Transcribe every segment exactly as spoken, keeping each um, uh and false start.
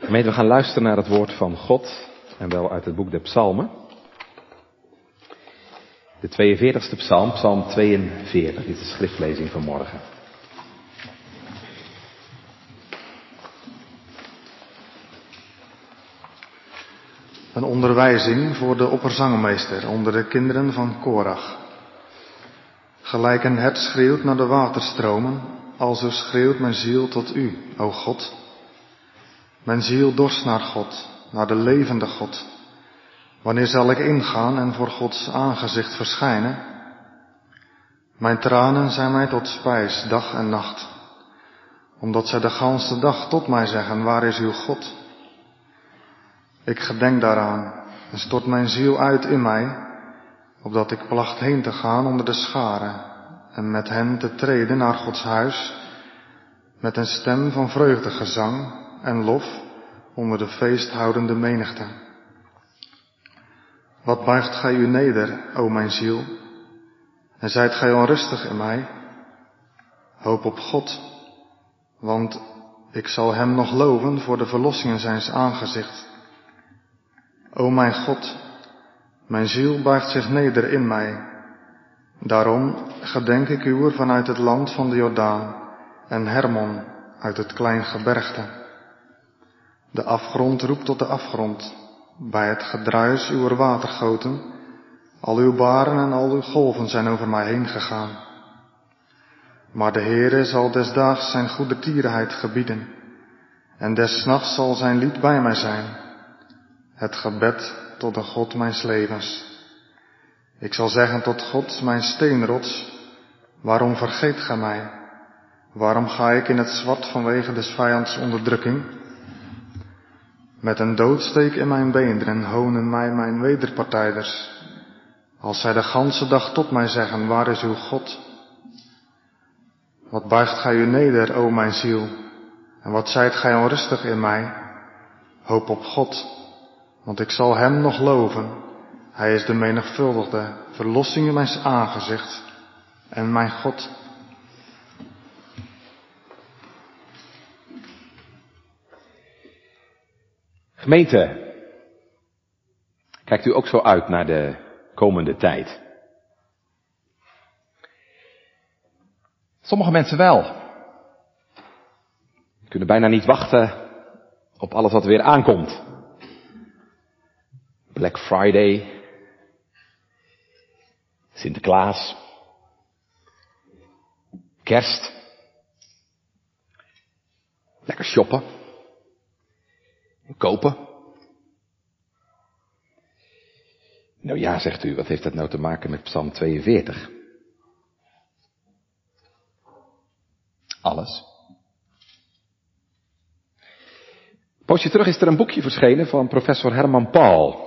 Gemeente, we gaan luisteren naar het woord van God, en wel uit het boek der Psalmen. De tweeënveertigste psalm, psalm tweeënveertig, dit is de schriftlezing van morgen. Een onderwijzing voor de opperzangmeester onder de kinderen van Korach. Gelijk een hert schreeuwt naar de waterstromen, alzo schreeuwt mijn ziel tot u, o God. Mijn ziel dorst naar God, naar de levende God. Wanneer zal ik ingaan en voor Gods aangezicht verschijnen? Mijn tranen zijn mij tot spijs, dag en nacht, omdat zij de ganse dag tot mij zeggen, waar is uw God? Ik gedenk daaraan en stort mijn ziel uit in mij, opdat ik placht heen te gaan onder de scharen en met hen te treden naar Gods huis, met een stem van vreugdegezang en lof onder de feesthoudende menigte. Wat buigt gij u neder, o mijn ziel, en zijt gij onrustig in mij? Hoop op God, want ik zal hem nog loven voor de verlossingen zijns aangezicht. O mijn God, mijn ziel buigt zich neder in mij. Daarom gedenk ik uwer vanuit het land van de Jordaan en Hermon uit het klein gebergte. De afgrond roept tot de afgrond, bij het gedruis uwer watergoten. Al uw baren en al uw golven zijn over mij heen gegaan. Maar de Heere zal des daags zijn goedertierenheid gebieden, en des nachts zal zijn lied bij mij zijn, het gebed tot de God mijns levens. Ik zal zeggen tot God, mijn steenrots, waarom vergeet gij mij? Waarom ga ik in het zwart vanwege des vijands onderdrukking? Met een doodsteek in mijn beenderen honen mij mijn wederpartijders, als zij de ganse dag tot mij zeggen, waar is uw God? Wat buigt gij u neder, o mijn ziel, en wat zijt gij onrustig in mij? Hoop op God, want ik zal hem nog loven. Hij is de menigvuldigde verlossing in mijn aangezicht en mijn God. Gemeente, kijkt u ook zo uit naar de komende tijd? Sommige mensen wel. Kunnen bijna niet wachten op alles wat weer aankomt. Black Friday, Sinterklaas, Kerst, lekker shoppen en kopen. Nou ja, zegt u, wat heeft dat nou te maken met Psalm tweeënveertig? Alles. Een poosje terug is er een boekje verschenen van professor Herman Paul.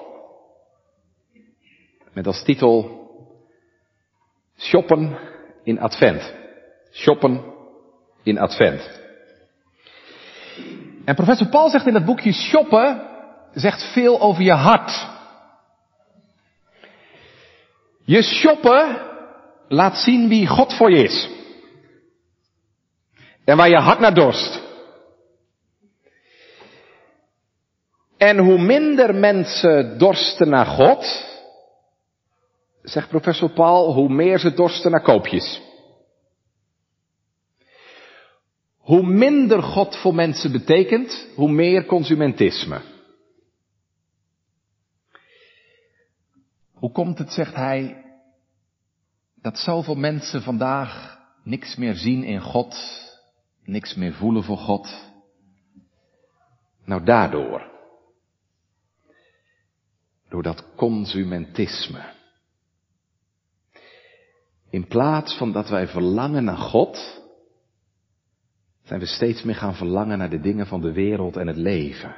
Met als titel Shoppen in Advent. Shoppen in Advent. En professor Paul zegt in dat boekje, shoppen zegt veel over je hart. Je shoppen laat zien wie God voor je is. En waar je hart naar dorst. En hoe minder mensen dorsten naar God, zegt professor Paul, hoe meer ze dorsten naar koopjes. Hoe minder God voor mensen betekent, hoe meer consumentisme. Hoe komt het, zegt hij, dat zoveel mensen vandaag niks meer zien in God, niks meer voelen voor God? Nou, daardoor. Door dat consumentisme. In plaats van dat wij verlangen naar God, zijn we steeds meer gaan verlangen naar de dingen van de wereld en het leven.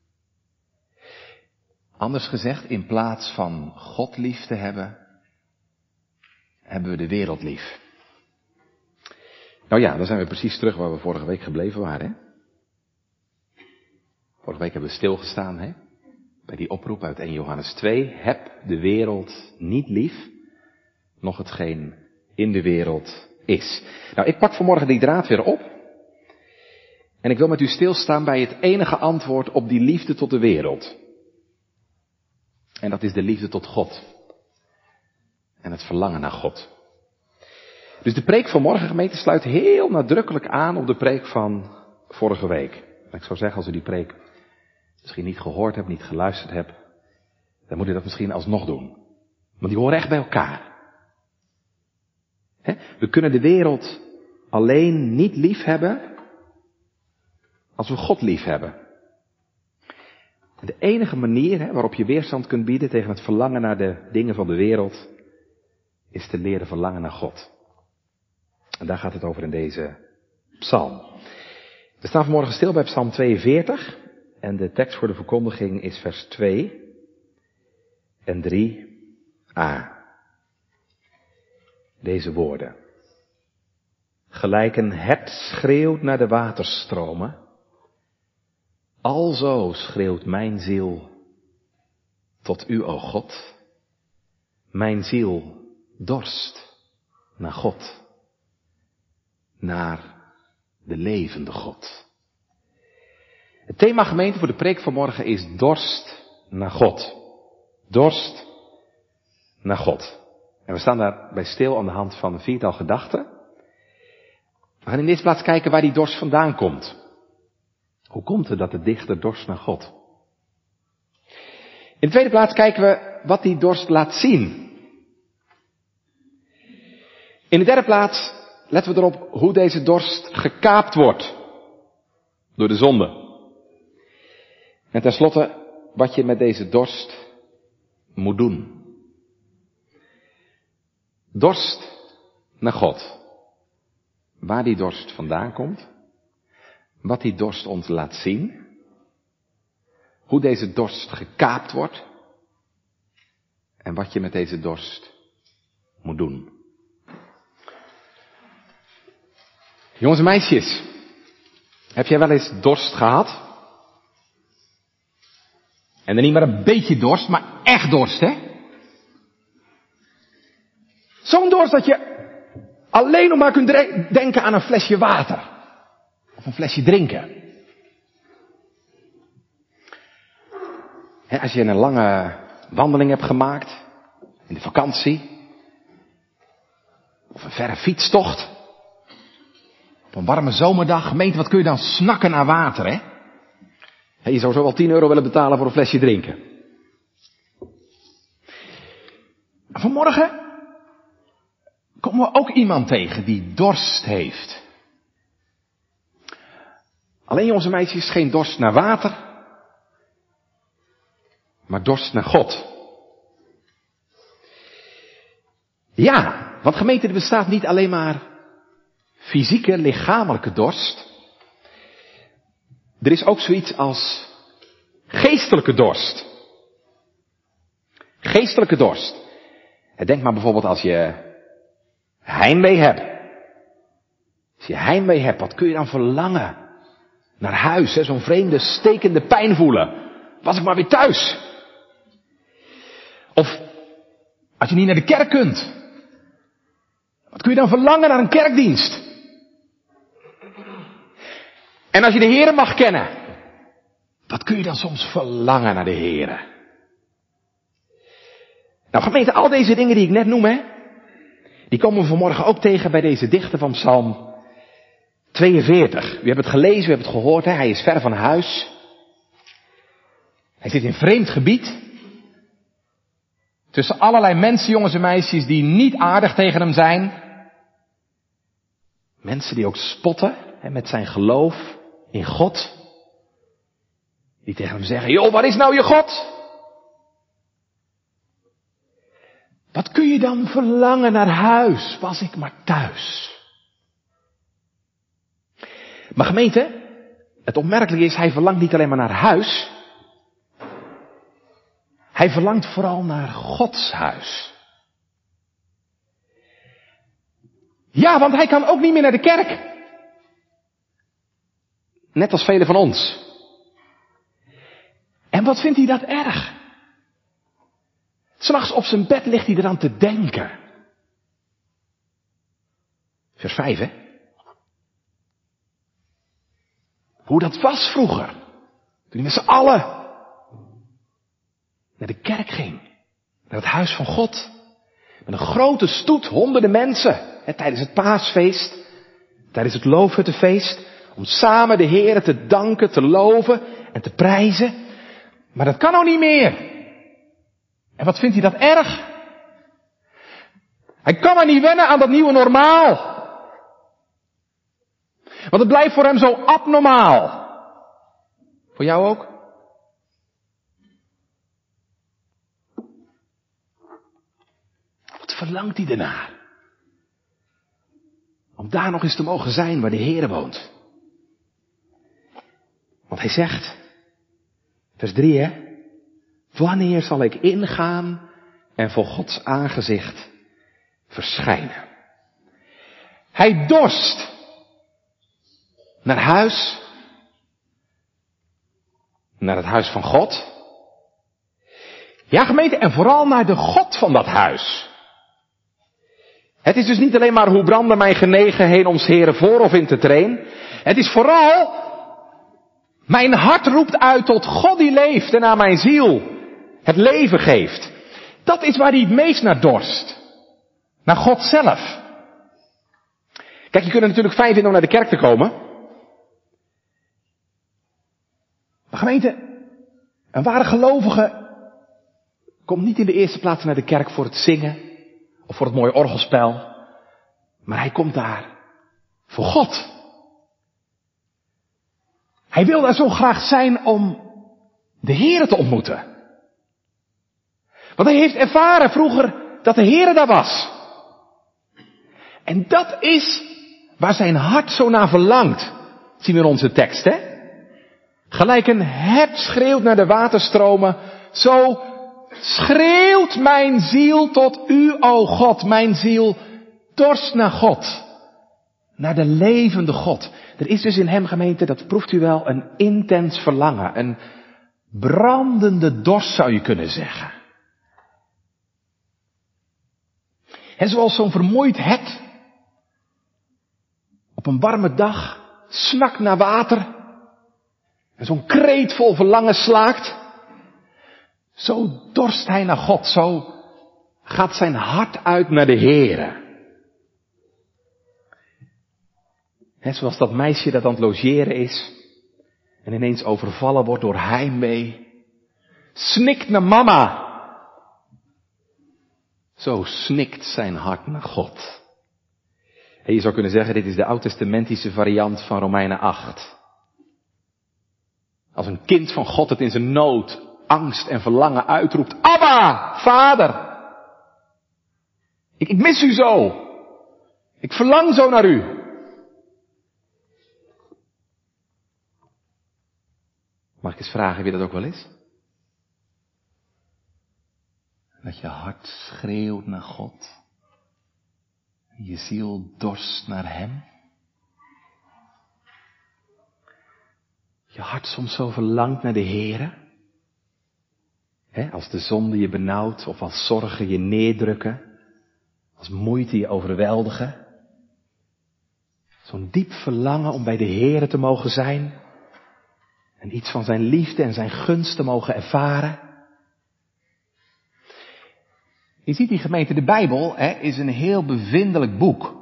Anders gezegd, in plaats van God lief te hebben, hebben we de wereld lief. Nou ja, dan zijn we precies terug waar we vorige week gebleven waren. Hè? Vorige week hebben we stilgestaan, hè? Bij die oproep uit eerste Johannes twee. Heb de wereld niet lief, nog hetgeen in de wereld is. Nou, ik pak vanmorgen die draad weer op. En ik wil met u stilstaan bij het enige antwoord op die liefde tot de wereld. En dat is de liefde tot God. En het verlangen naar God. Dus de preek van morgen, gemeente, sluit heel nadrukkelijk aan op de preek van vorige week. En ik zou zeggen, als u die preek misschien niet gehoord hebt, niet geluisterd hebt, dan moet u dat misschien alsnog doen. Want die horen echt bij elkaar. He? We kunnen de wereld alleen niet lief hebben als we God lief hebben. De enige manier he, waarop je weerstand kunt bieden tegen het verlangen naar de dingen van de wereld, is te leren verlangen naar God. En daar gaat het over in deze psalm. We staan vanmorgen stil bij psalm tweeënveertig. En de tekst voor de verkondiging is vers twee en drie a. Deze woorden. Gelijk een hert schreeuwt naar de waterstromen, alzo schreeuwt mijn ziel tot u, o God. Mijn ziel dorst naar God, naar de levende God. Het thema, gemeente, voor de preek van morgen is dorst naar God. Dorst naar God. En we staan daarbij stil aan de hand van een viertal gedachten. We gaan in de eerste plaats kijken waar die dorst vandaan komt. Hoe komt het dat de dichter dorst naar God? In de tweede plaats kijken we wat die dorst laat zien. In de derde plaats letten we erop hoe deze dorst gekaapt wordt door de zonde. En tenslotte wat je met deze dorst moet doen. Dorst naar God. Waar die dorst vandaan komt. Wat die dorst ons laat zien. Hoe deze dorst gekaapt wordt. En wat je met deze dorst moet doen. Jongens en meisjes. Heb jij wel eens dorst gehad? En dan niet maar een beetje dorst, maar echt dorst, hè? Zo'n dorst dat je alleen nog maar kunt denken aan een flesje water. Of een flesje drinken. He, als je een lange wandeling hebt gemaakt, in de vakantie, of een verre fietstocht, op een warme zomerdag, gemeente, wat kun je dan snakken naar water, hè? He, je zou zo wel tien euro willen betalen voor een flesje drinken. Vanmorgen komen we ook iemand tegen die dorst heeft. Alleen, jongens en meisjes, geen dorst naar water, maar dorst naar God. Ja, want gemeente, er bestaat niet alleen maar fysieke, lichamelijke dorst. Er is ook zoiets als geestelijke dorst. Geestelijke dorst. Denk maar bijvoorbeeld als je heimwee hebt. Als je heimwee hebt, wat kun je dan verlangen? Naar huis, hè? Zo'n vreemde, stekende pijn voelen. Was ik maar weer thuis. Of als je niet naar de kerk kunt. Wat kun je dan verlangen naar een kerkdienst? En als je de Heere mag kennen. Wat kun je dan soms verlangen naar de Heere? Nou, gemeente, al deze dingen die ik net noem, hè, die komen we vanmorgen ook tegen bij deze dichter van Psalm tweeënveertig. U hebt het gelezen, u hebt het gehoord, hè? Hij is ver van huis. Hij zit in vreemd gebied. Tussen allerlei mensen, jongens en meisjes, die niet aardig tegen hem zijn. Mensen die ook spotten, hè, met zijn geloof in God. Die tegen hem zeggen, joh, waar is nou je God? Wat kun je dan verlangen naar huis? Was ik maar thuis. Maar gemeente, het opmerkelijke is, hij verlangt niet alleen maar naar huis. Hij verlangt vooral naar Gods huis. Ja, want hij kan ook niet meer naar de kerk. Net als velen van ons. En wat vindt hij dat erg? 'S Nachts op zijn bed ligt hij eraan te denken. Vers vijf, hè? Hoe dat was vroeger. Toen hij met z'n allen naar de kerk ging. Naar het huis van God. Met een grote stoet, honderden mensen. Hè, tijdens het paasfeest. Tijdens het loofhuttenfeest. Om samen de Heere te danken, te loven en te prijzen. Maar dat kan nou niet meer. En wat vindt hij dat erg? Hij kan maar niet wennen aan dat nieuwe normaal. Want het blijft voor hem zo abnormaal. Voor jou ook? Wat verlangt hij ernaar? Om daar nog eens te mogen zijn waar de Heere woont. Want hij zegt, vers drie hè, wanneer zal ik ingaan en voor Gods aangezicht verschijnen? Hij dorst naar huis, naar het huis van God. Ja, gemeente, en vooral naar de God van dat huis. Het is dus niet alleen maar hoe branden mijn genegenheden om 's Heren voor of in te trainen. Het is vooral, mijn hart roept uit tot God die leeft en aan mijn ziel het leven geeft. Dat is waar hij het meest naar dorst. Naar God zelf. Kijk, je kunt er natuurlijk fijn vinden om naar de kerk te komen. Maar gemeente, een ware gelovige komt niet in de eerste plaats naar de kerk voor het zingen of voor het mooie orgelspel. Maar hij komt daar voor God. Hij wil daar zo graag zijn om de Heere te ontmoeten. Want hij heeft ervaren vroeger dat de Heere daar was. En dat is waar zijn hart zo naar verlangt. Zien we in onze tekst, hè? Gelijk een hert schreeuwt naar de waterstromen, zo schreeuwt mijn ziel tot u, o God. Mijn ziel dorst naar God. Naar de levende God. Er is dus in hem, gemeente, dat proeft u wel, een intens verlangen. Een brandende dorst zou je kunnen zeggen. En zoals zo'n vermoeid hert op een warme dag snakt naar water. En zo'n kreet vol verlangen slaakt. Zo dorst hij naar God. Zo gaat zijn hart uit naar de Heere. He, zoals dat meisje dat aan het logeren is. En ineens overvallen wordt door heimwee. Snikt naar mama. Zo snikt zijn hart naar God. En je zou kunnen zeggen, dit is de oud-testamentische variant van Romeinen acht. Als een kind van God het in zijn nood, angst en verlangen uitroept. Abba, vader. Ik, ik mis u zo. Ik verlang zo naar u. Mag ik eens vragen wie dat ook wel is? Dat je hart schreeuwt naar God. Je ziel dorst naar hem. Je hart soms zo verlangt naar de Heere. He, als de zonde je benauwt of als zorgen je neerdrukken. Als moeite je overweldigen. Zo'n diep verlangen om bij de Heere te mogen zijn. En iets van zijn liefde en zijn gunst te mogen ervaren. Je ziet die gemeente, de Bijbel hè, is een heel bevindelijk boek.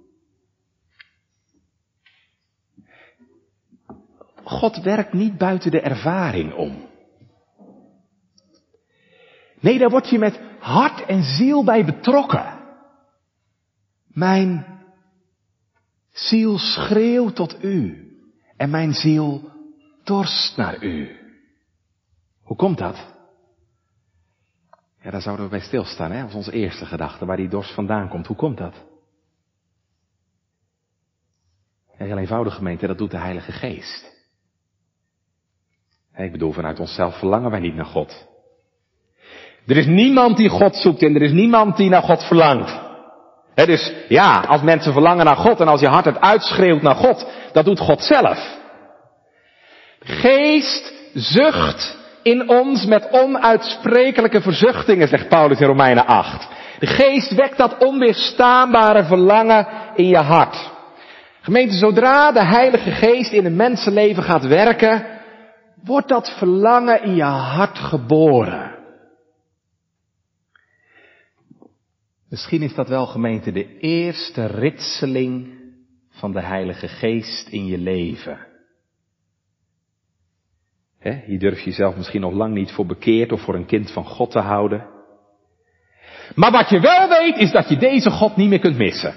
God werkt niet buiten de ervaring om. Nee, daar word je met hart en ziel bij betrokken. Mijn ziel schreeuwt tot u. En mijn ziel dorst naar u. Hoe komt dat? Ja, daar zouden we bij stilstaan, hè, als onze eerste gedachte, waar die dorst vandaan komt. Hoe komt dat? Ja, heel eenvoudig, gemeente, dat doet de Heilige Geest. Ik bedoel, vanuit onszelf verlangen wij niet naar God. Er is niemand die God zoekt en er is niemand die naar God verlangt. He, dus ja, als mensen verlangen naar God en als je hart het uitschreeuwt naar God, dat doet God zelf. Geest zucht in ons met onuitsprekelijke verzuchtingen, zegt Paulus in Romeinen acht. De geest wekt dat onweerstaanbare verlangen in je hart. Gemeente, zodra de Heilige Geest in een mensenleven gaat werken, wordt dat verlangen in je hart geboren. Misschien is dat wel, gemeente, de eerste ritseling van de Heilige Geest in je leven. He, hier durf je jezelf misschien nog lang niet voor bekeerd of voor een kind van God te houden. Maar wat je wel weet is dat je deze God niet meer kunt missen.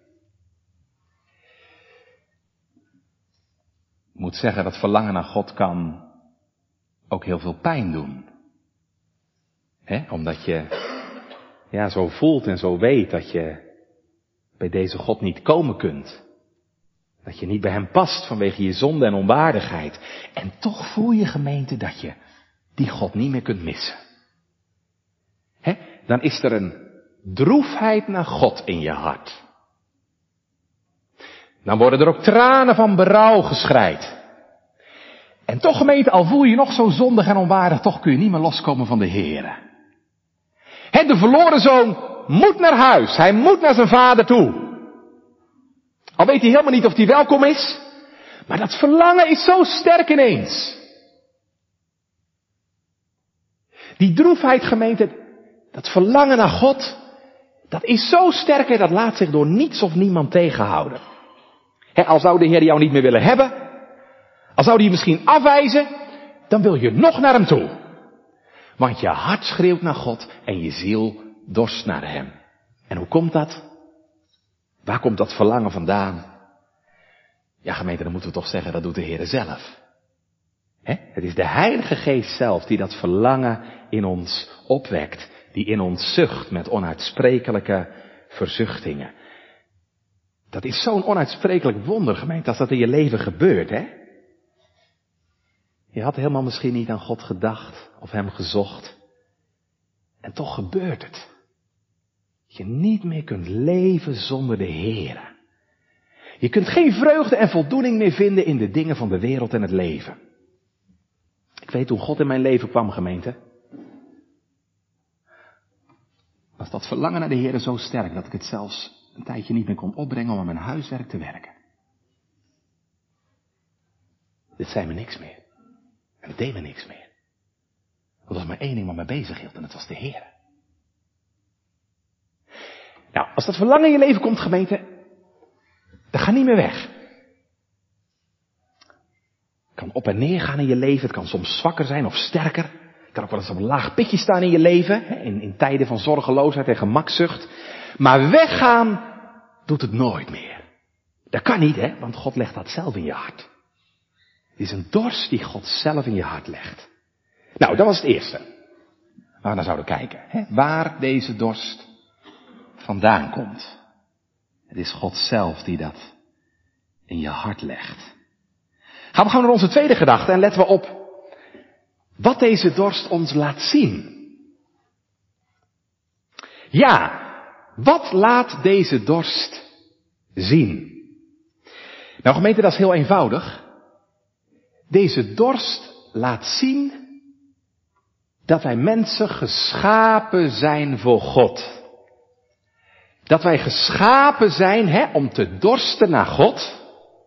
Ik moet zeggen, dat verlangen naar God kan ook heel veel pijn doen. He, omdat je ja, zo voelt en zo weet dat je bij deze God niet komen kunt. Dat je niet bij hem past vanwege je zonde en onwaardigheid. En toch voel je, gemeente, dat je die God niet meer kunt missen. He, dan is er een droefheid naar God in je hart. Dan worden er ook tranen van berouw geschreid. En toch, gemeente, al voel je je nog zo zondig en onwaardig, toch kun je niet meer loskomen van de Heere. He, de verloren zoon moet naar huis. Hij moet naar zijn vader toe. Al weet hij helemaal niet of hij welkom is. Maar dat verlangen is zo sterk ineens. Die droefheid, gemeente, dat verlangen naar God, dat is zo sterk en dat laat zich door niets of niemand tegenhouden. He, al zou de Heer jou niet meer willen hebben, al zou hij je misschien afwijzen, dan wil je nog naar hem toe. Want je hart schreeuwt naar God en je ziel dorst naar hem. En hoe komt dat? Waar komt dat verlangen vandaan? Ja, gemeente, dan moeten we toch zeggen, dat doet de Heer zelf. He? Het is de Heilige Geest zelf die dat verlangen in ons opwekt. Die in ons zucht met onuitsprekelijke verzuchtingen. Dat is zo'n onuitsprekelijk wonder, gemeente, als dat in je leven gebeurt, hè? Je had helemaal misschien niet aan God gedacht of hem gezocht. En toch gebeurt het. Dat je niet meer kunt leven zonder de Heere. Je kunt geen vreugde en voldoening meer vinden in de dingen van de wereld en het leven. Ik weet toen God in mijn leven kwam, gemeente. Was dat verlangen naar de Heere zo sterk dat ik het zelfs een tijdje niet meer kon opbrengen om aan mijn huiswerk te werken. Dit zei me niks meer. En het deed me niks meer. Er was maar één ding wat me bezig hield en dat was de Heer. Nou, als dat verlangen in je leven komt, gemeente, dat gaat niet meer weg. Het kan op en neer gaan in je leven, het kan soms zwakker zijn of sterker. Het kan ook wel eens op een laag pitje staan in je leven, in, in tijden van zorgeloosheid en gemakzucht. Maar weggaan doet het nooit meer. Dat kan niet, hè, want God legt dat zelf in je hart. Het is een dorst die God zelf in je hart legt. Nou, dat was het eerste. Waar we naar zouden kijken. Hè? Waar deze dorst vandaan komt. Het is God zelf die dat in je hart legt. Gaan we gewoon naar onze tweede gedachte en letten we op wat deze dorst ons laat zien. Ja, wat laat deze dorst zien? Nou, gemeente, dat is heel eenvoudig. Deze dorst laat zien dat wij mensen geschapen zijn voor God. Dat wij geschapen zijn hè, om te dorsten naar God.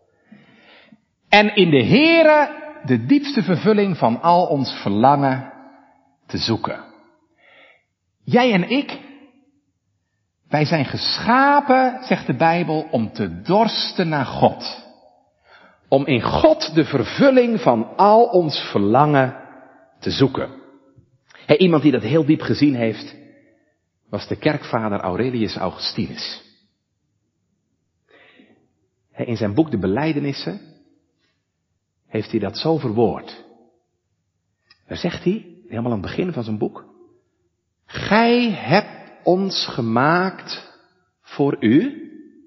En in de Heere de diepste vervulling van al ons verlangen te zoeken. Jij en ik, wij zijn geschapen, zegt de Bijbel, om te dorsten naar God. Om in God de vervulling van al ons verlangen te zoeken. Hey, iemand die dat heel diep gezien heeft, was de kerkvader Aurelius Augustinus. Hey, in zijn boek De Belijdenissen heeft hij dat zo verwoord. Daar zegt hij, helemaal aan het begin van zijn boek: Gij hebt ons gemaakt voor u,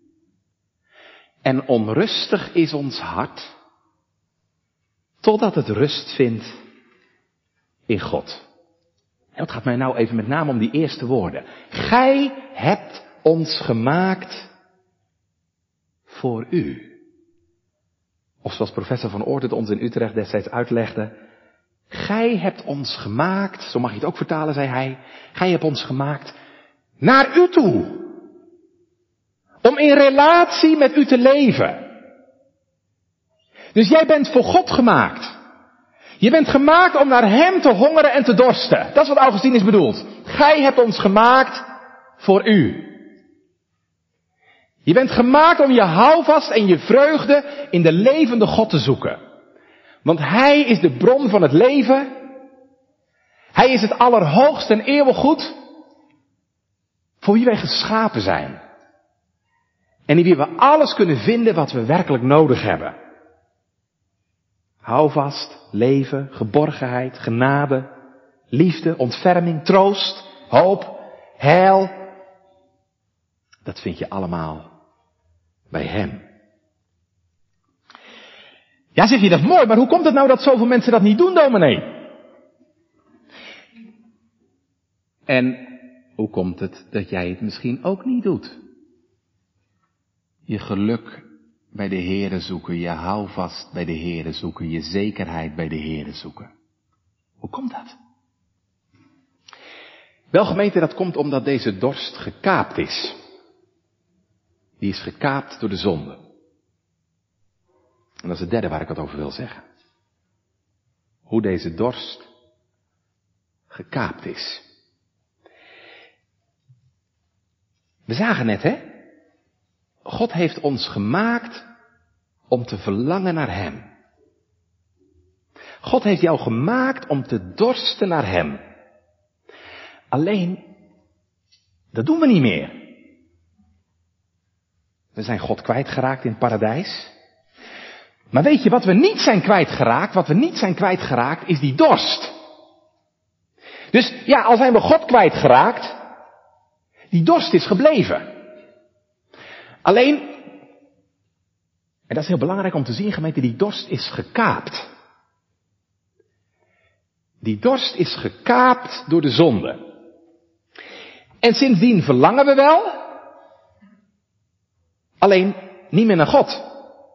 en onrustig is ons hart, totdat het rust vindt in God. En het gaat mij nou even met name om die eerste woorden. Gij hebt ons gemaakt voor u. Of zoals professor Van Oort het ons in Utrecht destijds uitlegde. Gij hebt ons gemaakt, zo mag je het ook vertalen, zei hij. Gij hebt ons gemaakt naar u toe. Om in relatie met u te leven. Dus jij bent voor God gemaakt. Je bent gemaakt om naar Hem te hongeren en te dorsten. Dat is wat Augustinus bedoelt. Gij hebt ons gemaakt voor U. Je bent gemaakt om je houvast en je vreugde in de levende God te zoeken. Want Hij is de bron van het leven. Hij is het allerhoogste en eeuwig goed. Voor wie wij geschapen zijn. En in wie we alles kunnen vinden wat we werkelijk nodig hebben. Houvast, leven, geborgenheid, genade, liefde, ontferming, troost, hoop, heil. Dat vind je allemaal bij Hem. Ja, zeg je, dat is mooi, maar hoe komt het nou dat zoveel mensen dat niet doen, dominee? En hoe komt het dat jij het misschien ook niet doet? Je geluk bij de Heere zoeken, je houvast bij de Heere zoeken, je zekerheid bij de Heere zoeken. Hoe komt dat? Wel gemeente, dat komt omdat deze dorst gekaapt is. Die is gekaapt door de zonde. En dat is het derde waar ik wat over wil zeggen. Hoe deze dorst gekaapt is. We zagen net, hè? God heeft ons gemaakt om te verlangen naar Hem. God heeft jou gemaakt om te dorsten naar Hem. Alleen, dat doen we niet meer. We zijn God kwijtgeraakt in het paradijs. Maar weet je wat we niet zijn kwijtgeraakt? Wat we niet zijn kwijtgeraakt is die dorst. Dus ja, al zijn we God kwijtgeraakt, die dorst is gebleven. Alleen, en dat is heel belangrijk om te zien, gemeente, die dorst is gekaapt. Die dorst is gekaapt door de zonde. En sindsdien verlangen we wel, alleen niet meer naar God.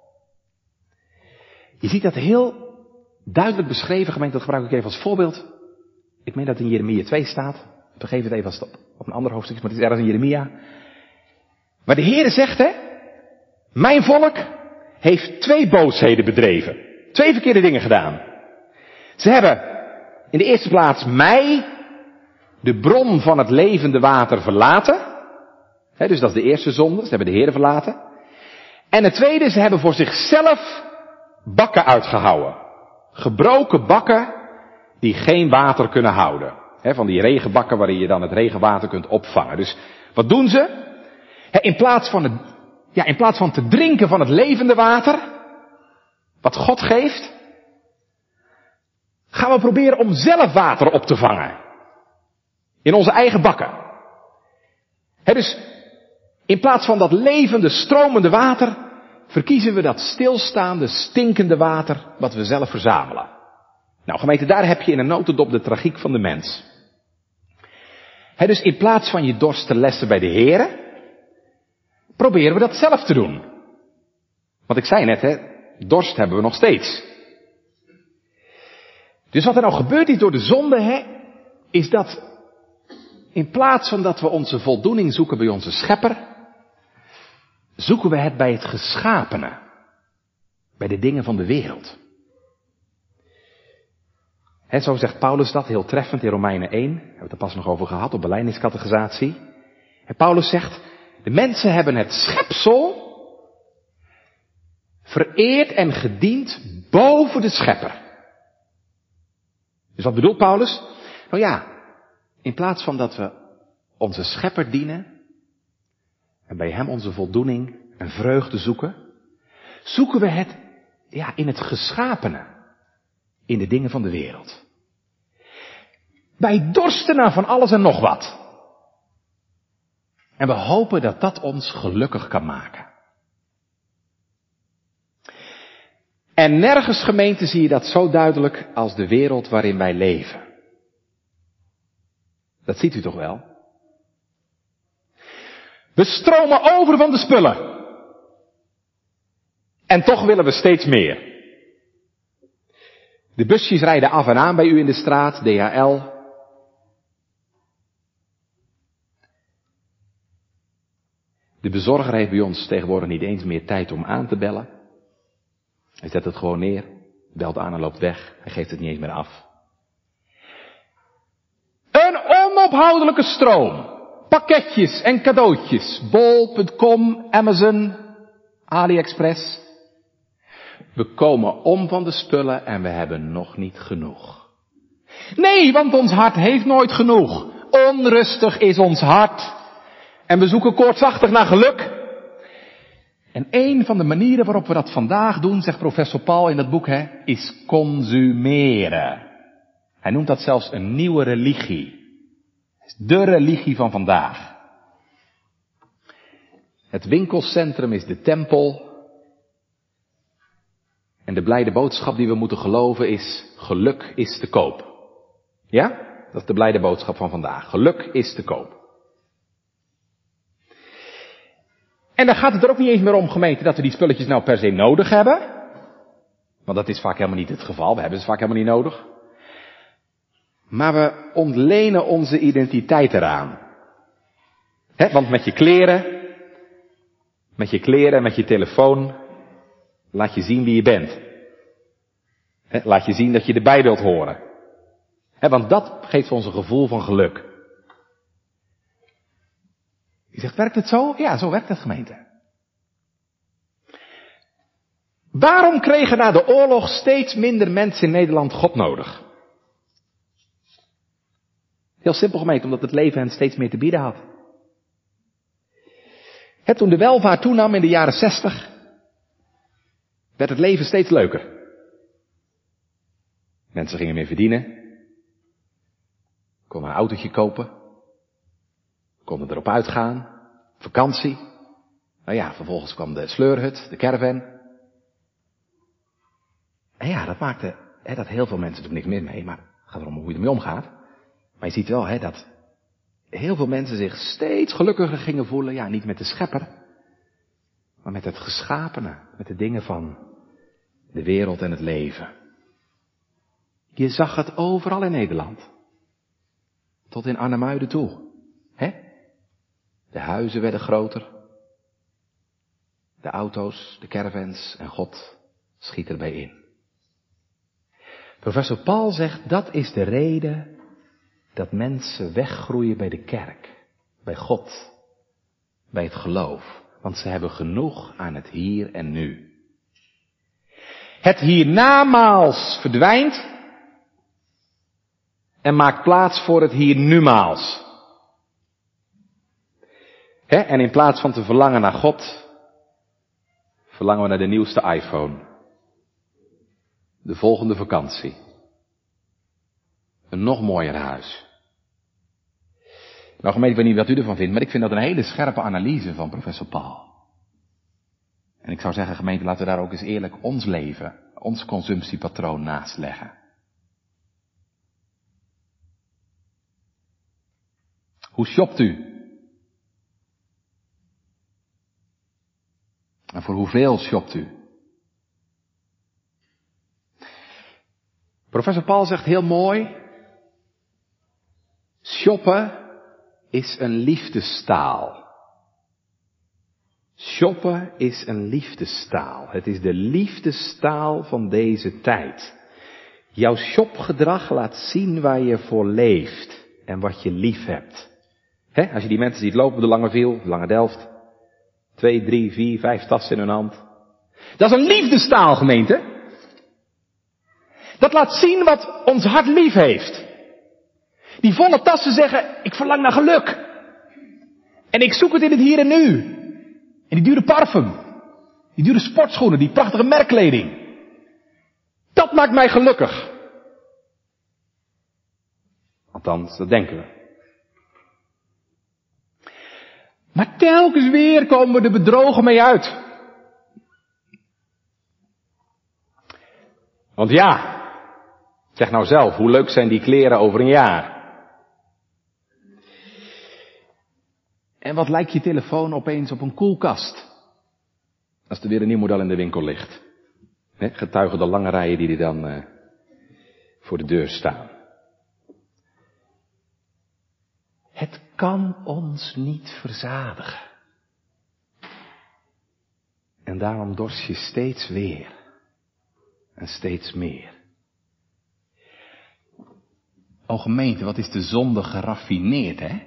Je ziet dat heel duidelijk beschreven, gemeente, dat gebruik ik even als voorbeeld. Ik meen dat het in Jeremia twee staat. We geven het even als op, op een ander hoofdstuk, maar het is ergens in Jeremia. Maar de Heere zegt, hè, mijn volk heeft twee boosheden bedreven. Twee verkeerde dingen gedaan. Ze hebben in de eerste plaats mij, de bron van het levende water, verlaten. He, dus dat is de eerste zonde, ze hebben de Heere verlaten. En het tweede, ze hebben voor zichzelf bakken uitgehouwen. Gebroken bakken die geen water kunnen houden. He, van die regenbakken waarin je dan het regenwater kunt opvangen. Dus wat doen ze? He, in plaats van het, ja, in plaats van te drinken van het levende water, wat God geeft, gaan we proberen om zelf water op te vangen. In onze eigen bakken. He, dus in plaats van dat levende, stromende water, verkiezen we dat stilstaande, stinkende water wat we zelf verzamelen. Nou gemeente, daar heb je in een notendop de tragiek van de mens. He, dus in plaats van je dorst te lessen bij de Heere, proberen we dat zelf te doen. Want ik zei net, hè, dorst hebben we nog steeds. Dus wat er nou gebeurd is door de zonde, hè, is dat in plaats van dat we onze voldoening zoeken bij onze schepper, zoeken we het bij het geschapene. Bij de dingen van de wereld. En zo zegt Paulus dat heel treffend in Romeinen één. Daar hebben we het er pas nog over gehad op belijdeniscatechisatie. En Paulus zegt, de mensen hebben het schepsel vereerd en gediend boven de schepper. Dus wat bedoelt Paulus? Nou ja, in plaats van dat we onze schepper dienen en bij hem onze voldoening en vreugde zoeken, zoeken we het ja, in het geschapene, in de dingen van de wereld. Wij dorsten naar van alles en nog wat. En we hopen dat dat ons gelukkig kan maken. En nergens, gemeente, zie je dat zo duidelijk als de wereld waarin wij leven. Dat ziet u toch wel? We stromen over van de spullen. En toch willen we steeds meer. De busjes rijden af en aan bij u in de straat, D H L. De bezorger heeft bij ons tegenwoordig niet eens meer tijd om aan te bellen. Hij zet het gewoon neer, belt aan en loopt weg. Hij geeft het niet eens meer af. Een onophoudelijke stroom. Pakketjes en cadeautjes. bol punt com, Amazon, AliExpress. We komen om van de spullen en we hebben nog niet genoeg. Nee, want ons hart heeft nooit genoeg. Onrustig is ons hart. En we zoeken koortsachtig naar geluk. En een van de manieren waarop we dat vandaag doen, zegt professor Paul in dat boek, hè, is consumeren. Hij noemt dat zelfs een nieuwe religie. De religie van vandaag. Het winkelcentrum is de tempel. En de blijde boodschap die we moeten geloven is, geluk is te koop. Ja? Dat is de blijde boodschap van vandaag. Geluk is te koop. En dan gaat het er ook niet eens meer om, gemeente, dat we die spulletjes nou per se nodig hebben. Want dat is vaak helemaal niet het geval. We hebben ze vaak helemaal niet nodig. Maar we ontlenen onze identiteit eraan. He, want met je kleren, met je kleren en met je telefoon, laat je zien wie je bent. He, laat je zien dat je erbij wilt horen. He, want dat geeft ons een gevoel van geluk. Je zegt, werkt het zo? Ja, zo werkt het, gemeente. Waarom kregen na de oorlog steeds minder mensen in Nederland God nodig? Heel simpel, gemeente, omdat het leven hen steeds meer te bieden had. He, toen de welvaart toenam in de jaren zestig, werd het leven steeds leuker. Mensen gingen meer verdienen, konden een autootje kopen, konden erop uitgaan, vakantie. Nou ja, vervolgens kwam de sleurhut, de caravan. En ja, dat maakte hè, dat heel veel mensen er niks meer mee, maar het gaat erom hoe je ermee omgaat. Maar je ziet wel hè, dat heel veel mensen zich steeds gelukkiger gingen voelen, ja, niet met de schepper, maar met het geschapene, met de dingen van de wereld en het leven. Je zag het overal in Nederland. Tot in Arnhemuiden toe. Hè? De huizen werden groter. De auto's, de caravans en God schiet erbij in. Professor Paul zegt dat is de reden dat mensen weggroeien bij de kerk. Bij God. Bij het geloof. Want ze hebben genoeg aan het hier en nu. Het hiernamaals verdwijnt en maakt plaats voor het hiernumaals. He, en in plaats van te verlangen naar God, verlangen we naar de nieuwste iPhone. De volgende vakantie. Een nog mooier huis. Nou gemeente, ik weet niet wat u ervan vindt, maar ik vind dat een hele scherpe analyse van professor Paul. En ik zou zeggen, gemeente, laten we daar ook eens eerlijk ons leven, ons consumptiepatroon naast leggen. Hoe shopt u? En voor hoeveel shopt u? Professor Paul zegt heel mooi, shoppen is een liefdestaal. Shoppen is een liefdestaal. Het is de liefdestaal van deze tijd. Jouw shopgedrag laat zien waar je voor leeft en wat je lief hebt. He, als je die mensen ziet lopen op de Lange Viel, de Lange Delft, twee, drie, vier, vijf tassen in hun hand. Dat is een liefdestaal, gemeente. Dat laat zien wat ons hart lief heeft. Die volle tassen zeggen, ik verlang naar geluk. En ik zoek het in het hier en nu. En die dure parfum. Die dure sportschoenen, die prachtige merkkleding. Dat maakt mij gelukkig. Althans, dat denken we. Maar telkens weer komen we er bedrogen mee uit. Want ja, zeg nou zelf, hoe leuk zijn die kleren over een jaar? En wat lijkt je telefoon opeens op een koelkast? Als er weer een nieuw model in de winkel ligt. He, getuigen de lange rijen die er dan uh, voor de deur staan. Het kan ons niet verzadigen. En daarom dorst je steeds weer en steeds meer. O gemeente, wat is de zonde geraffineerd, hè?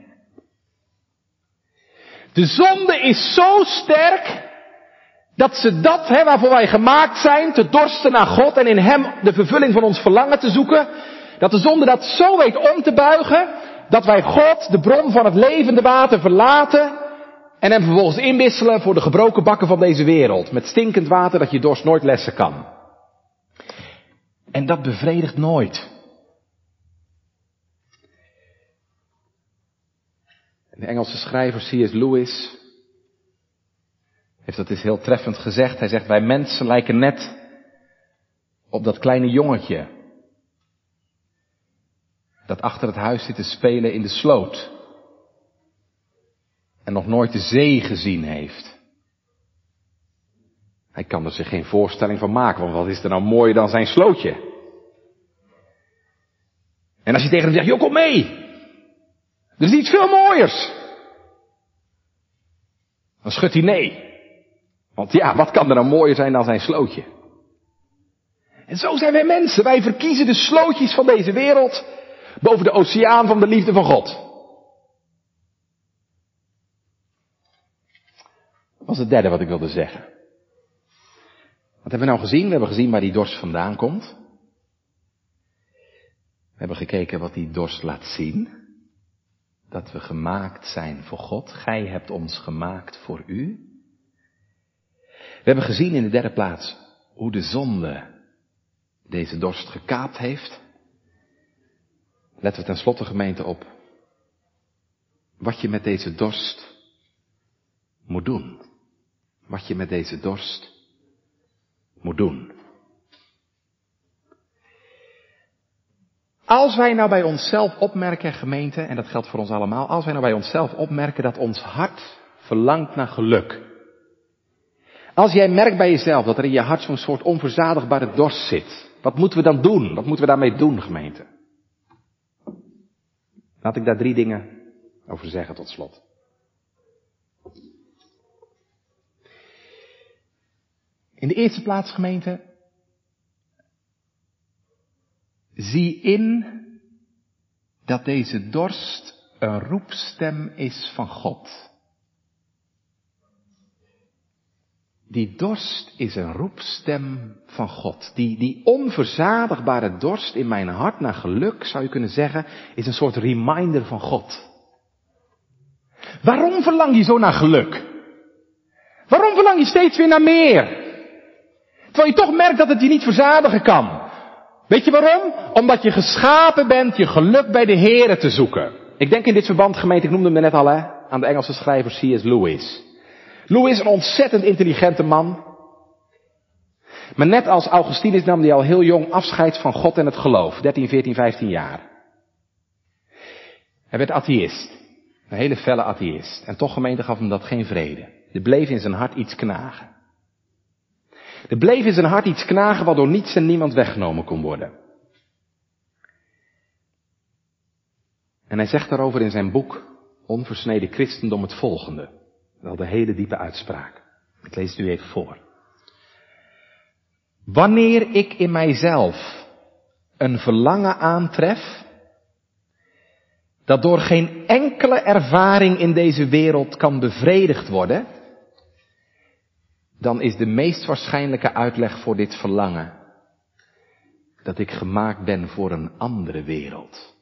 De zonde is zo sterk dat ze dat, hè, waarvoor wij gemaakt zijn, te dorsten naar God en in Hem de vervulling van ons verlangen te zoeken, dat de zonde dat zo weet om te buigen, dat wij God, de bron van het levende water, verlaten en Hem vervolgens inwisselen voor de gebroken bakken van deze wereld, met stinkend water dat je dorst nooit lessen kan. En dat bevredigt nooit. De Engelse schrijver C S Lewis heeft dat eens heel treffend gezegd. Hij zegt, wij mensen lijken net op dat kleine jongetje dat achter het huis zit te spelen in de sloot en nog nooit de zee gezien heeft. Hij kan er zich geen voorstelling van maken, want wat is er nou mooier dan zijn slootje? En als je tegen hem zegt, joh, kom mee! Er is iets veel mooiers. Dan schudt hij nee. Want ja, wat kan er nou mooier zijn dan zijn slootje? En zo zijn wij mensen. Wij verkiezen de slootjes van deze wereld boven de oceaan van de liefde van God. Dat was het derde wat ik wilde zeggen. Wat hebben we nou gezien? We hebben gezien waar die dorst vandaan komt. We hebben gekeken wat die dorst laat zien. Dat we gemaakt zijn voor God. Gij hebt ons gemaakt voor u. We hebben gezien in de derde plaats hoe de zonde deze dorst gekaapt heeft. Letten we tenslotte, gemeente, op wat je met deze dorst moet doen. Wat je met deze dorst moet doen. Als wij nou bij onszelf opmerken, gemeente, en dat geldt voor ons allemaal, als wij nou bij onszelf opmerken dat ons hart verlangt naar geluk. Als jij merkt bij jezelf dat er in je hart zo'n soort onverzadigbare dorst zit, wat moeten we dan doen? Wat moeten we daarmee doen, gemeente? Laat ik daar drie dingen over zeggen tot slot. In de eerste plaats, gemeente, zie in dat deze dorst een roepstem is van God. Die dorst is een roepstem van God. Die, die onverzadigbare dorst in mijn hart naar geluk, zou je kunnen zeggen, is een soort reminder van God. Waarom verlang je zo naar geluk? Waarom verlang je steeds weer naar meer? Terwijl je toch merkt dat het je niet verzadigen kan. Weet je waarom? Omdat je geschapen bent je geluk bij de Here te zoeken. Ik denk in dit verband, gemeente, ik noemde hem net al, hè, aan de Engelse schrijver C S Lewis. Lewis, een ontzettend intelligente man. Maar net als Augustinus nam hij al heel jong afscheid van God en het geloof. dertien, veertien, vijftien jaar. Hij werd atheïst. Een hele felle atheïst. En toch, gemeente, gaf hem dat geen vrede. Er bleef in zijn hart iets knagen. Er bleef in zijn hart iets knagen waardoor niets en niemand weggenomen kon worden. En hij zegt daarover in zijn boek Onversneden Christendom het volgende. Wel de hele diepe uitspraak. Ik lees het u even voor. Wanneer ik in mijzelf een verlangen aantref, dat door geen enkele ervaring in deze wereld kan bevredigd worden, dan is de meest waarschijnlijke uitleg voor dit verlangen dat ik gemaakt ben voor een andere wereld.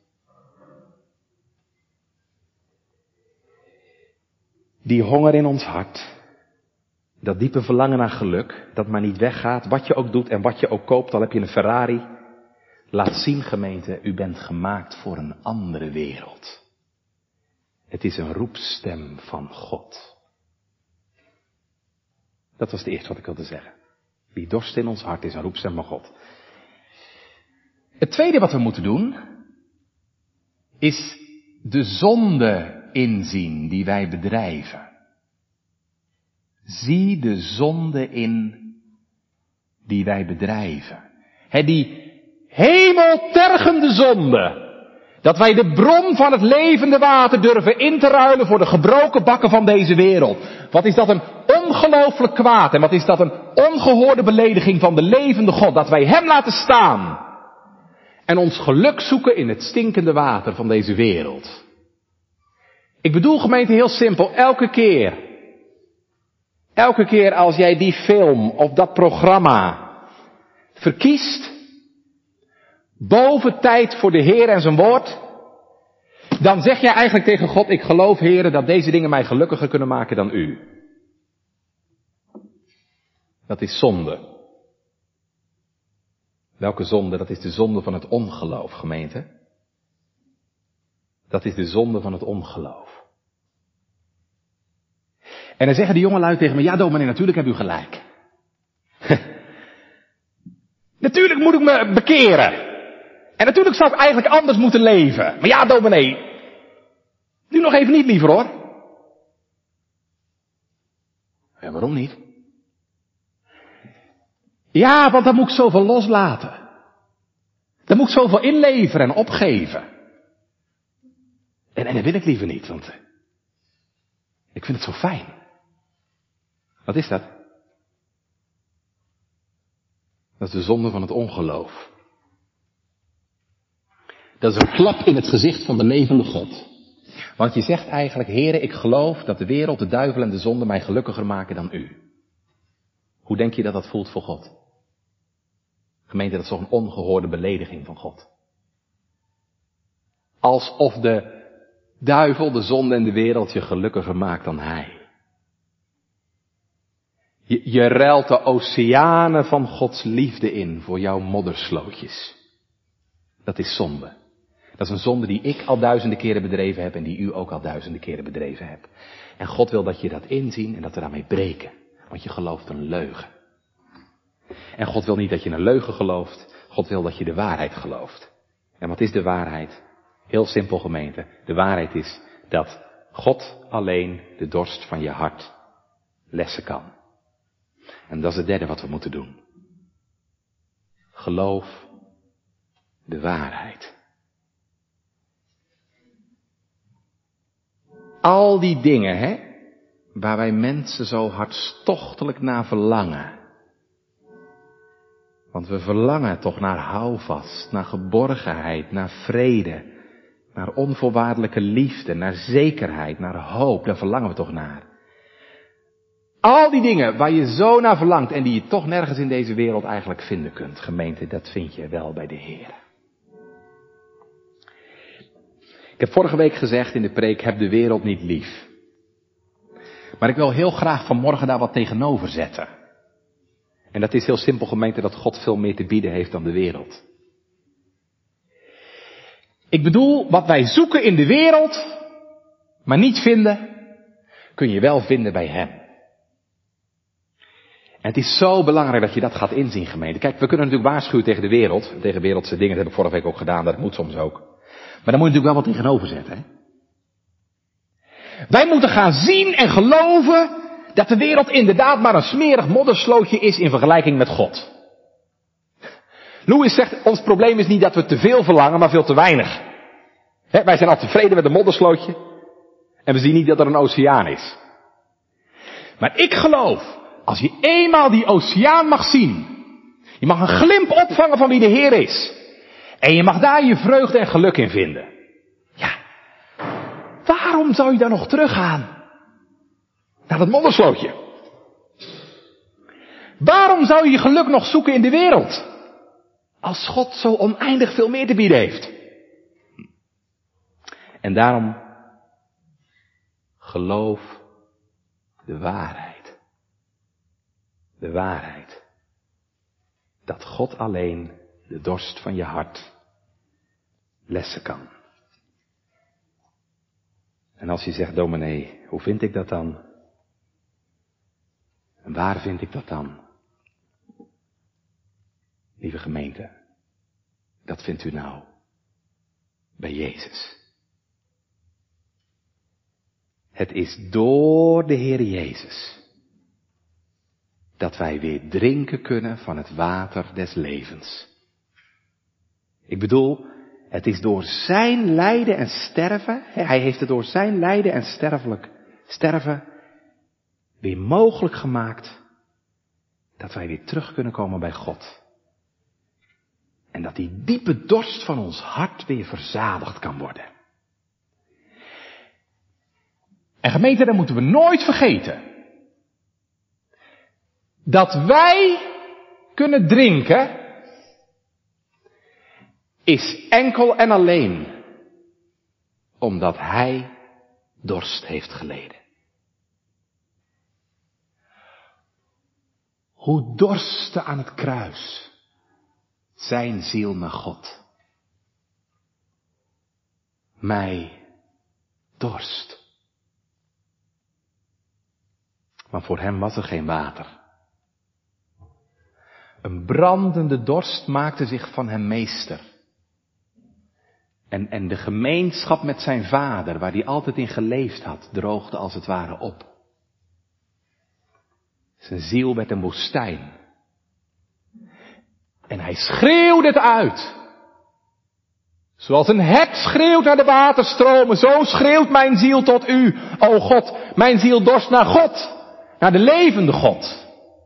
Die honger in ons hart, dat diepe verlangen naar geluk, dat maar niet weggaat, wat je ook doet en wat je ook koopt, al heb je een Ferrari, laat zien, gemeente, u bent gemaakt voor een andere wereld. Het is een roepstem van God. Dat was het eerste wat ik wilde zeggen. Die dorst in ons hart is een roepstem van God. Het tweede wat we moeten doen, is de zonde inzien die wij bedrijven. Zie de zonde in die wij bedrijven. He, die hemeltergende zonde. Dat wij de bron van het levende water durven in te ruilen voor de gebroken bakken van deze wereld. Wat is dat een ongelooflijk kwaad en wat is dat een ongehoorde belediging van de levende God, dat wij hem laten staan en ons geluk zoeken in het stinkende water van deze wereld. Ik bedoel, gemeente, heel simpel, elke keer, elke keer als jij die film of dat programma verkiest, boven tijd voor de Heer en zijn woord, dan zeg jij eigenlijk tegen God, ik geloof, Heere, dat deze dingen mij gelukkiger kunnen maken dan u. Dat is zonde. Welke zonde? Dat is de zonde van het ongeloof, gemeente. Dat is de zonde van het ongeloof. En dan zeggen de jongelui tegen me, ja dominee, natuurlijk hebt u gelijk. Natuurlijk moet ik me bekeren. En natuurlijk zou ik eigenlijk anders moeten leven. Maar ja dominee, nu nog even niet liever hoor. Ja, waarom niet? Ja, want dan moet ik zoveel loslaten. Dan moet ik zoveel inleveren en opgeven. En, en dat wil ik liever niet, want ik vind het zo fijn. Wat is dat? Dat is de zonde van het ongeloof. Dat is een klap in het gezicht van de levende God. Want je zegt eigenlijk, Heere, ik geloof dat de wereld, de duivel en de zonde mij gelukkiger maken dan u. Hoe denk je dat dat voelt voor God? Gemeente, dat is toch een ongehoorde belediging van God. Alsof de duivel, de zonde en de wereld je gelukkiger maakt dan hij. Je, je ruilt de oceanen van Gods liefde in voor jouw modderslootjes. Dat is zonde. Dat is een zonde die ik al duizenden keren bedreven heb en die u ook al duizenden keren bedreven hebt. En God wil dat je dat inzien en dat we daarmee breken. Want je gelooft een leugen. En God wil niet dat je een leugen gelooft. God wil dat je de waarheid gelooft. En wat is de waarheid? Heel simpel, gemeente. De waarheid is dat God alleen de dorst van je hart lessen kan. En dat is het derde wat we moeten doen. Geloof de waarheid. Al die dingen, hè, waar wij mensen zo hartstochtelijk naar verlangen. Want we verlangen toch naar houvast, naar geborgenheid, naar vrede, naar onvoorwaardelijke liefde, naar zekerheid, naar hoop. Daar verlangen we toch naar. Al die dingen waar je zo naar verlangt en die je toch nergens in deze wereld eigenlijk vinden kunt, gemeente, dat vind je wel bij de Heer. Ik heb vorige week gezegd in de preek, heb de wereld niet lief. Maar ik wil heel graag vanmorgen daar wat tegenover zetten. En dat is heel simpel, gemeente, dat God veel meer te bieden heeft dan de wereld. Ik bedoel, wat wij zoeken in de wereld, maar niet vinden, kun je wel vinden bij Hem. En het is zo belangrijk dat je dat gaat inzien, gemeente. Kijk, we kunnen natuurlijk waarschuwen tegen de wereld, tegen wereldse dingen, dat heb ik vorige week ook gedaan, dat moet soms ook. Maar daar moet je natuurlijk wel wat tegenover zetten, hè. Wij moeten gaan zien en geloven dat de wereld inderdaad maar een smerig modderslootje is in vergelijking met God. Louis zegt, ons probleem is niet dat we te veel verlangen, maar veel te weinig. He, wij zijn al tevreden met een modderslootje en we zien niet dat er een oceaan is. Maar ik geloof, als je eenmaal die oceaan mag zien, je mag een glimp opvangen van wie de Heer is. En je mag daar je vreugde en geluk in vinden. Ja, waarom zou je dan nog teruggaan naar dat modderslootje? Waarom zou je je geluk nog zoeken in de wereld? Als God zo oneindig veel meer te bieden heeft. En daarom geloof de waarheid. De waarheid. Dat God alleen de dorst van je hart lessen kan. En als je zegt, dominee, hoe vind ik dat dan? En waar vind ik dat dan? Lieve gemeente, dat vindt u nou bij Jezus. Het is door de Heer Jezus dat wij weer drinken kunnen van het water des levens. Ik bedoel, het is door zijn lijden en sterven, hij heeft het door zijn lijden en sterfelijk sterven weer mogelijk gemaakt Dat wij weer terug kunnen komen bij God. En dat die diepe dorst van ons hart weer verzadigd kan worden. En gemeente, dat moeten we nooit vergeten. Dat wij kunnen drinken, is enkel en alleen omdat Hij dorst heeft geleden. Hoe dorstte aan het kruis zijn ziel naar God. Mij dorst. Maar voor hem was er geen water. Een brandende dorst maakte zich van hem meester. En, en de gemeenschap met zijn vader, waar hij altijd in geleefd had, droogde als het ware op. Zijn ziel werd een woestijn. En hij schreeuwde het uit. Zoals een hert schreeuwt naar de waterstromen, zo schreeuwt mijn ziel tot u. O God, mijn ziel dorst naar God, naar de levende God.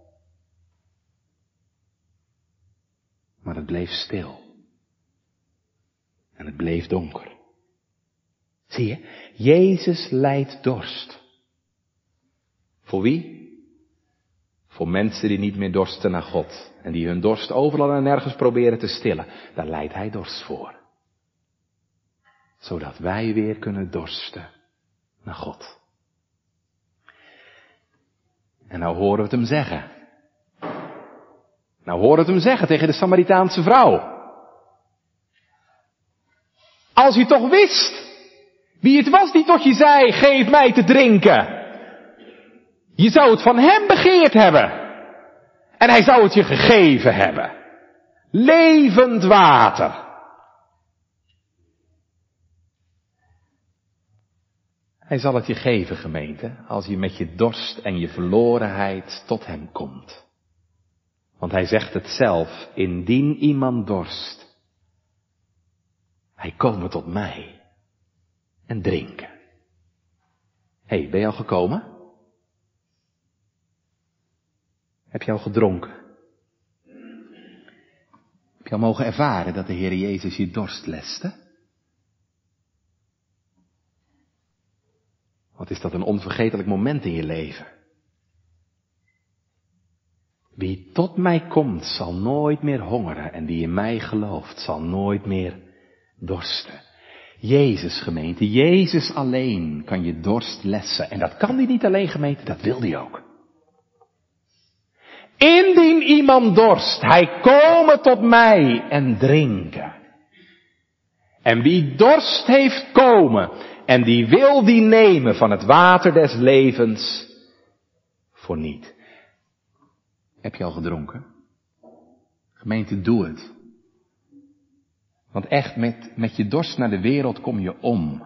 Maar het bleef stil. En het bleef donker. Zie je, Jezus lijdt dorst. Voor wie? Voor mensen die niet meer dorsten naar God. En die hun dorst overal en nergens proberen te stillen. Daar lijdt hij dorst voor. Zodat wij weer kunnen dorsten naar God. En nou horen we het hem zeggen. Nou horen we het hem zeggen tegen de Samaritaanse vrouw. Als u toch wist wie het was die tot je zei, geef mij te drinken. Je zou het van hem begeerd hebben. En hij zou het je gegeven hebben. Levend water. Hij zal het je geven, gemeente, als je met je dorst en je verlorenheid tot hem komt. Want hij zegt het zelf, indien iemand dorst, hij komen tot mij en drinken. Hé, hey, ben je al gekomen? Heb je al gedronken? Heb je al mogen ervaren dat de Heer Jezus je dorst leste? Wat is dat een onvergetelijk moment in je leven? Wie tot mij komt, zal nooit meer hongeren. En die in mij gelooft, zal nooit meer dorsten. Jezus, gemeente, Jezus alleen kan je dorst lessen. En dat kan hij niet alleen, gemeente, dat wil hij ook. Indien iemand dorst, hij komen tot mij en drinken. En wie dorst heeft, komen. En die wil die nemen van het water des levens voor niet. Heb je al gedronken? Gemeente, doe het. Want echt, met, met je dorst naar de wereld kom je om.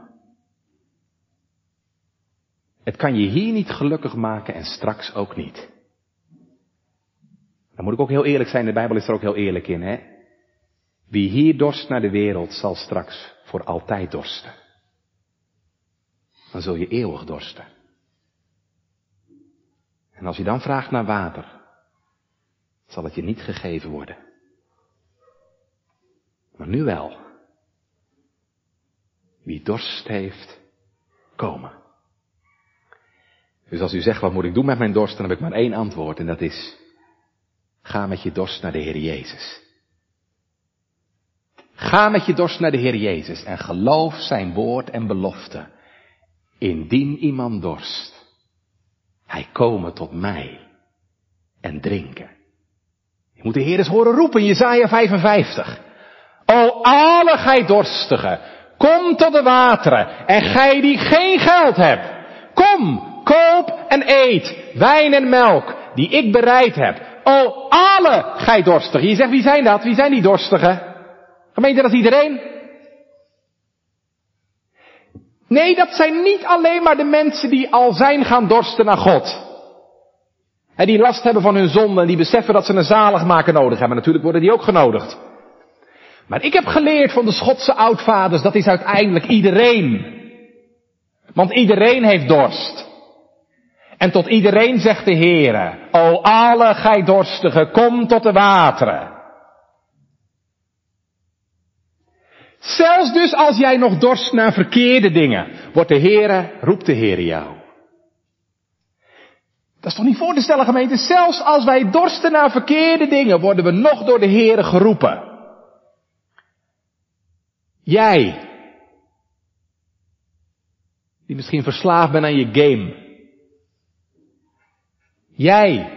Het kan je hier niet gelukkig maken en straks ook niet. Dan moet ik ook heel eerlijk zijn, de Bijbel is er ook heel eerlijk in, hè. Wie hier dorst naar de wereld zal straks voor altijd dorsten. Dan zul je eeuwig dorsten. En als je dan vraagt naar water, zal het je niet gegeven worden. Maar nu wel. Wie dorst heeft, komen. Dus als u zegt, wat moet ik doen met mijn dorst, dan heb ik maar één antwoord en dat is, ga met je dorst naar de Heer Jezus. Ga met je dorst naar de Heer Jezus en geloof zijn woord en belofte. Indien iemand dorst, hij komen tot mij en drinken. Je moet de Heer eens horen roepen in Jesaja vijfenvijftig. O alle gij dorstigen, kom tot de wateren en gij die geen geld hebt. Kom, koop en eet wijn en melk die ik bereid heb. O alle gij dorstigen. Je zegt, wie zijn dat? Wie zijn die dorstigen? Gemeente, dat is iedereen. Nee, dat zijn niet alleen maar de mensen die al zijn gaan dorsten naar God. En die last hebben van hun zonde en die beseffen dat ze een zaligmaker nodig hebben. Natuurlijk worden die ook genodigd. Maar ik heb geleerd van de Schotse oudvaders, dat is uiteindelijk iedereen. Want iedereen heeft dorst. En tot iedereen zegt de Heere, O alle gij dorstigen, kom tot de wateren. Zelfs dus als jij nog dorst naar verkeerde dingen, wordt de Heere, roept de Heere jou. Dat is toch niet voor te stellen, gemeente? Zelfs als wij dorsten naar verkeerde dingen, worden we nog door de Heere geroepen. Jij, die misschien verslaafd bent aan je game. Jij,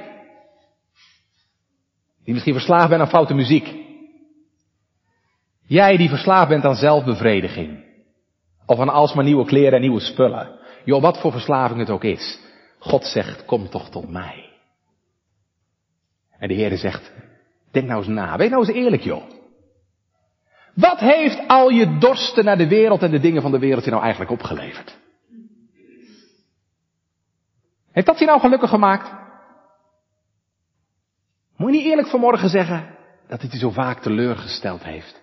die misschien verslaafd bent aan foute muziek. Jij die verslaafd bent aan zelfbevrediging. Of aan alsmaar nieuwe kleren en nieuwe spullen. Joh, wat voor verslaving het ook is. God zegt, kom toch tot mij. En de Heere zegt, denk nou eens na. Wees nou eens eerlijk, joh. Wat heeft al je dorsten naar de wereld en de dingen van de wereld je nou eigenlijk opgeleverd? Heeft dat je nou gelukkig gemaakt? Moet je niet eerlijk vanmorgen zeggen dat het je zo vaak teleurgesteld heeft?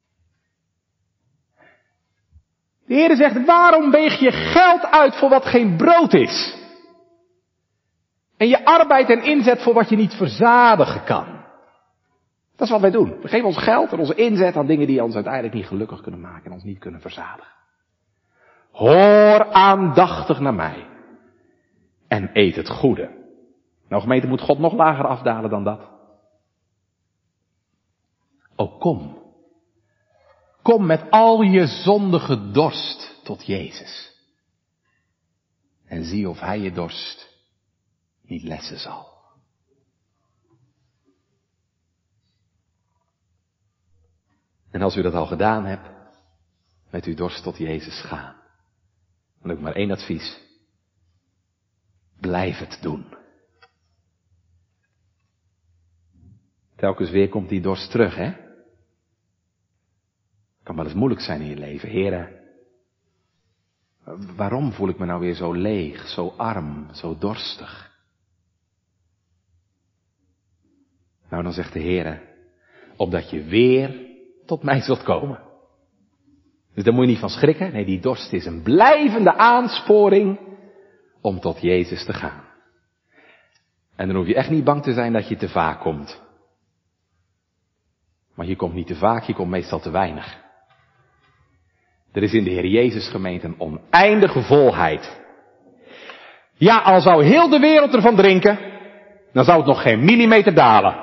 De Heere zegt, waarom weeg je geld uit voor wat geen brood is? En je arbeid en inzet voor wat je niet verzadigen kan. Dat is wat wij doen. We geven ons geld en onze inzet aan dingen die ons uiteindelijk niet gelukkig kunnen maken en ons niet kunnen verzadigen. Hoor aandachtig naar mij en eet het goede. Nou gemeente, moet God nog lager afdalen dan dat? O kom. Kom met al je zondige dorst tot Jezus. En zie of Hij je dorst niet lessen zal. En als u dat al gedaan hebt, met uw dorst tot Jezus gaan, dan heb ik maar één advies. Blijf het doen. Telkens weer komt die dorst terug, hè? Kan wel eens moeilijk zijn in je leven. Heren, waarom voel ik me nou weer zo leeg, zo arm, zo dorstig? Nou, dan zegt de Heere, opdat je weer tot mij zult komen. Dus daar moet je niet van schrikken. Nee, die dorst is een blijvende aansporing om tot Jezus te gaan. En dan hoef je echt niet bang te zijn dat je te vaak komt. Maar je komt niet te vaak, je komt meestal te weinig. Er is in de Heer Jezus gemeente een oneindige volheid. Ja, al zou heel de wereld ervan drinken, dan zou het nog geen millimeter dalen.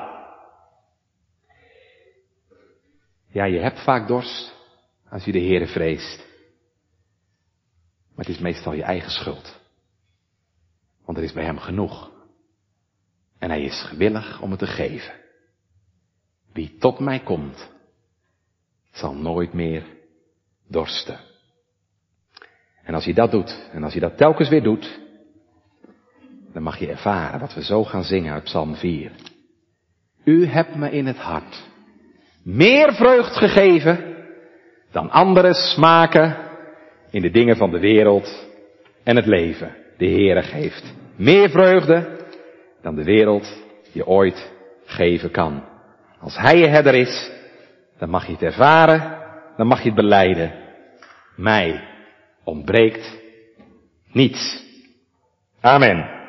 Ja, je hebt vaak dorst als je de Heere vreest. Maar het is meestal je eigen schuld. Want er is bij Hem genoeg. En Hij is gewillig om het te geven. Wie tot mij komt, zal nooit meer dorsten. En als je dat doet, en als je dat telkens weer doet, dan mag je ervaren wat we zo gaan zingen uit Psalm vier. U hebt me in het hart meer vreugd gegeven dan andere smaken in de dingen van de wereld en het leven. De Heere geeft meer vreugde dan de wereld je ooit geven kan. Als Hij je herder is, dan mag je het ervaren, dan mag je het belijden. Mij ontbreekt niets. Amen.